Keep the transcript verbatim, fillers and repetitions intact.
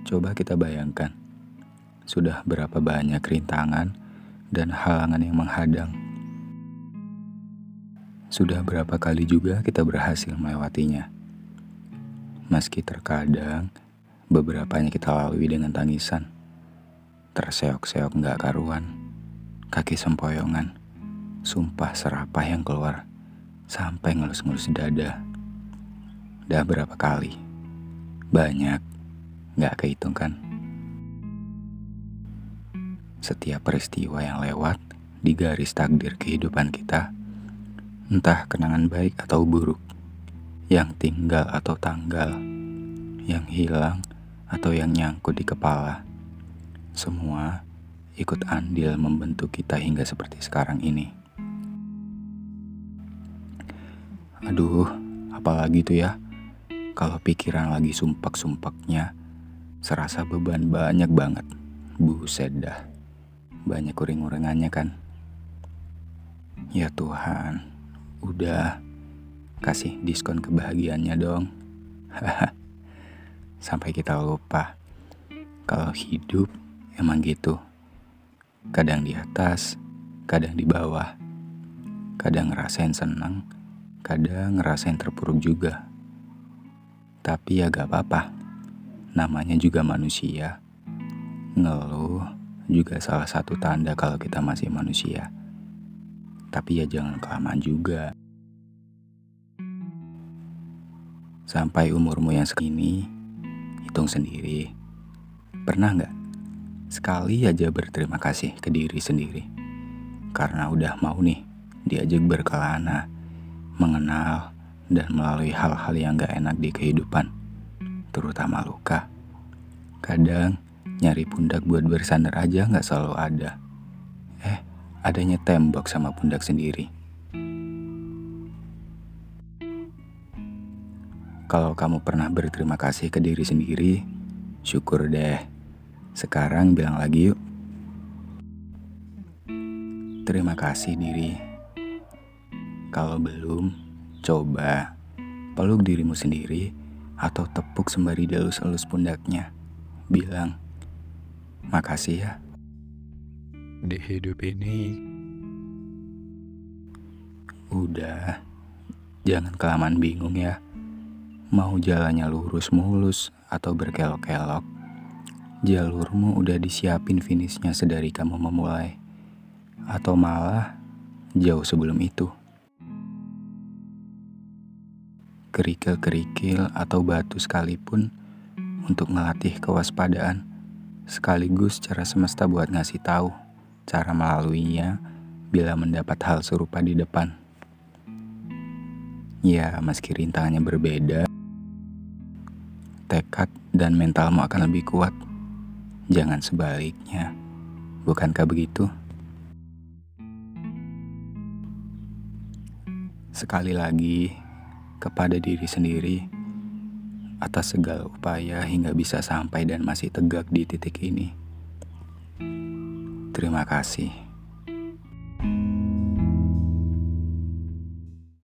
Coba kita bayangkan, sudah berapa banyak rintangan dan halangan yang menghadang. Sudah berapa kali juga kita berhasil melewatinya. Meski terkadang beberapanya kita lalui dengan tangisan, terseok-seok gak karuan, kaki sempoyongan, sumpah serapah yang keluar, sampai ngelus-ngelus dada. Dah berapa kali? Banyak, gak kehitung kan? Setiap peristiwa yang lewat di garis takdir kehidupan kita, entah kenangan baik atau buruk, yang tinggal atau tanggal, yang hilang atau yang nyangkut di kepala, semua ikut andil membentuk kita hingga seperti sekarang ini. Aduh, apalagi tuh ya, kalau pikiran lagi sumpek-sumpeknya, serasa beban banyak banget. Buset dah, banyak uring-uringannya kan. Ya Tuhan, udah kasih diskon kebahagiaannya dong. Sampai kita lupa kalau hidup emang gitu. Kadang di atas, kadang di bawah. Kadang ngerasain senang, kadang ngerasain terpuruk juga. Tapi ya gak apa-apa, namanya juga manusia. Ngeluh juga salah satu tanda kalau kita masih manusia. Tapi ya jangan kelamaan juga. Sampai umurmu yang segini, hitung sendiri. Pernah gak sekali aja berterima kasih ke diri sendiri? Karena udah mau nih diajak berkelana, mengenal, dan melalui hal-hal yang gak enak di kehidupan, terutama luka. Kadang nyari pundak buat bersandar aja gak selalu ada. Eh, adanya tembok sama pundak sendiri. Kalau kamu pernah berterima kasih ke diri sendiri, syukur deh. Sekarang bilang lagi yuk. Terima kasih diri. Kalau belum, coba peluk dirimu sendiri atau tepuk sembari dilus-elus pundaknya. Bilang, makasih ya. Di hidup ini, udah, jangan kelamaan bingung ya. Mau jalannya lurus mulus atau berkelok-kelok, jalurmu udah disiapin finishnya sedari kamu memulai. Atau malah jauh sebelum itu. Kerikil-kerikil atau batu sekalipun untuk ngelatih kewaspadaan, sekaligus cara semesta buat ngasih tahu cara melaluinya bila mendapat hal serupa di depan. Ya, meski rintangannya berbeda, tekad dan mentalmu akan lebih kuat. Jangan sebaliknya, bukankah begitu? Sekali lagi, kepada diri sendiri, atas segala upaya hingga bisa sampai dan masih tegak di titik ini. Terima kasih.